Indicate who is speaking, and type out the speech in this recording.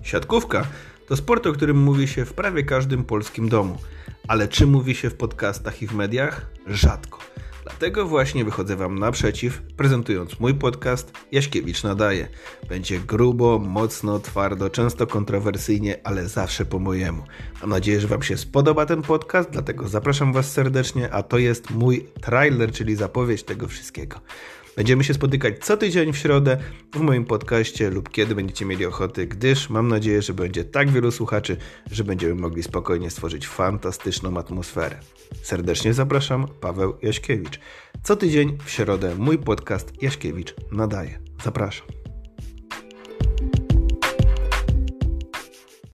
Speaker 1: Siatkówka to sport, o którym mówi się w prawie każdym polskim domu. Ale czy mówi się w podcastach i w mediach? Rzadko. Dlatego właśnie wychodzę Wam naprzeciw, prezentując mój podcast Jaśkiewicz Nadaje. Będzie grubo, mocno, twardo, często kontrowersyjnie, ale zawsze po mojemu. Mam nadzieję, że Wam się spodoba ten podcast, dlatego zapraszam Was serdecznie, a to jest mój trailer, czyli zapowiedź tego wszystkiego. Będziemy się spotykać co tydzień w środę w moim podcaście lub kiedy będziecie mieli ochoty, gdyż mam nadzieję, że będzie tak wielu słuchaczy, że będziemy mogli spokojnie stworzyć fantastyczną atmosferę. Serdecznie zapraszam, Paweł Jaśkiewicz. Co tydzień w środę mój podcast Jaśkiewicz Nadaje. Zapraszam.